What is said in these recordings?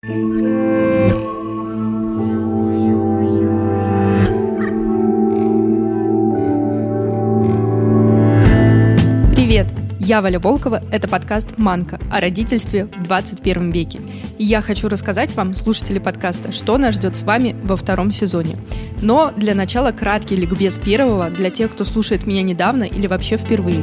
Привет! Я Валя Волкова, это подкаст «Манка» о родительстве в 21 веке. И я хочу рассказать вам, слушатели подкаста, что нас ждет с вами во втором сезоне. Но для начала краткий ликбез первого для тех, кто слушает меня недавно или вообще впервые.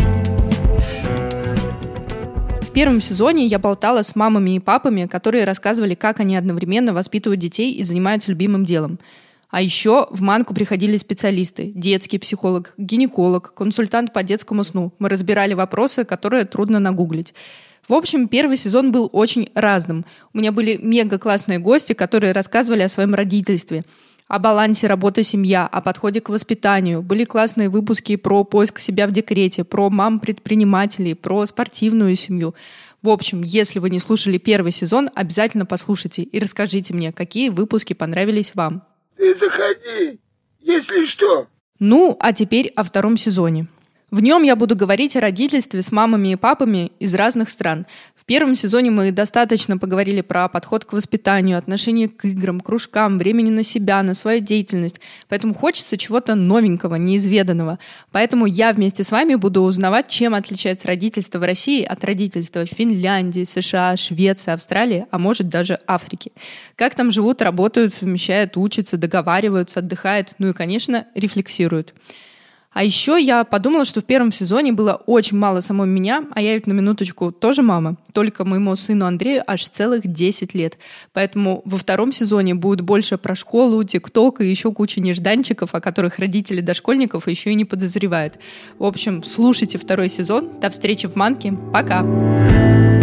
В первом сезоне я болтала с мамами и папами, которые рассказывали, как они одновременно воспитывают детей и занимаются любимым делом. А еще в «Манку» приходили специалисты – детский психолог, гинеколог, консультант по детскому сну. Мы разбирали вопросы, которые трудно нагуглить. В общем, первый сезон был очень разным. У меня были мега-классные гости, которые рассказывали о своем родительстве, о балансе работа-семья, о подходе к воспитанию. Были классные выпуски про поиск себя в декрете, про мам-предпринимателей, про спортивную семью. В общем, если вы не слушали первый сезон, обязательно послушайте и расскажите мне, какие выпуски понравились вам. Ты заходи, если что. Ну, а теперь о втором сезоне. В нем я буду говорить о родительстве с мамами и папами из разных стран. В первом сезоне мы достаточно поговорили про подход к воспитанию, отношение к играм, кружкам, времени на себя, на свою деятельность. Поэтому хочется чего-то новенького, неизведанного. Поэтому я вместе с вами буду узнавать, чем отличается родительство в России от родительства в Финляндии, США, Швеции, Австралии, а может даже Африке. Как там живут, работают, совмещают, учатся, договариваются, отдыхают, ну и, конечно, рефлексируют. А еще я подумала, что в первом сезоне было очень мало самой меня, а я ведь на минуточку тоже мама, только моему сыну Андрею аж целых 10 лет. Поэтому во втором сезоне будет больше про школу, ТикТок и еще куча нежданчиков, о которых родители дошкольников еще и не подозревают. В общем, слушайте второй сезон. До встречи в «Манке». Пока!